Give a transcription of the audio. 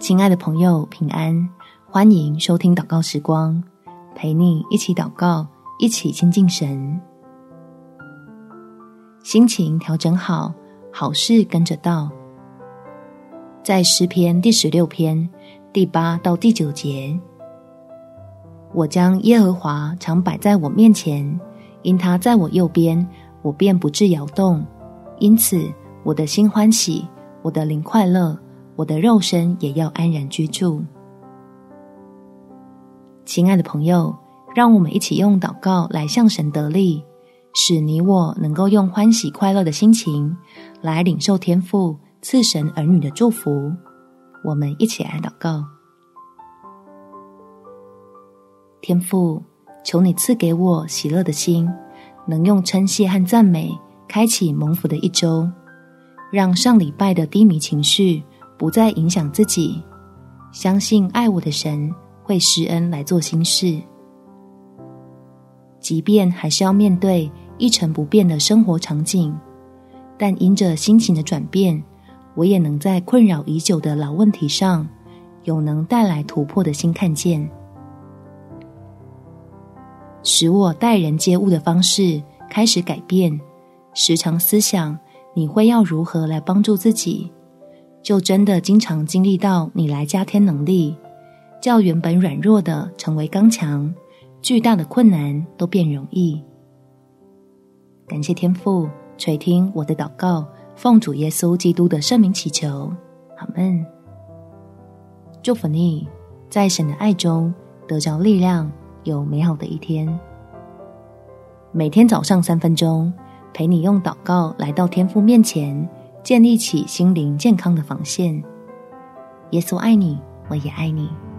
亲爱的朋友，平安，欢迎收听祷告时光，陪你一起祷告，一起亲近神。心情调整好，好事跟着到。在诗篇第16篇第8到第9节，我将耶和华常摆在我面前，因他在我右边，我便不致摇动。因此我的心欢喜，我的灵快乐，我的肉身也要安然居住。亲爱的朋友，让我们一起用祷告来向神得力，使你我能够用欢喜快乐的心情来领受天父赐神儿女的祝福。我们一起来祷告。天父，求你赐给我喜乐的心，能用称谢和赞美开启蒙福的一周，让上礼拜的低迷情绪不再影响自己，相信爱我的神会施恩来做新事。即便还是要面对一成不变的生活场景，但因着心情的转变，我也能在困扰已久的老问题上有能带来突破的新看见，使我待人接物的方式开始改变，时常思想你会要如何来帮助自己，就真的经常经历到你来加添能力，叫原本软弱的成为刚强，巨大的困难都变容易。感谢天父垂听我的祷告，奉主耶稣基督的圣名祈求，阿们。祝福你在神的爱中得着力量，有美好的一天。每天早上3分钟，陪你用祷告来到天父面前，建立起心灵健康的防线。耶稣爱你，我也爱你。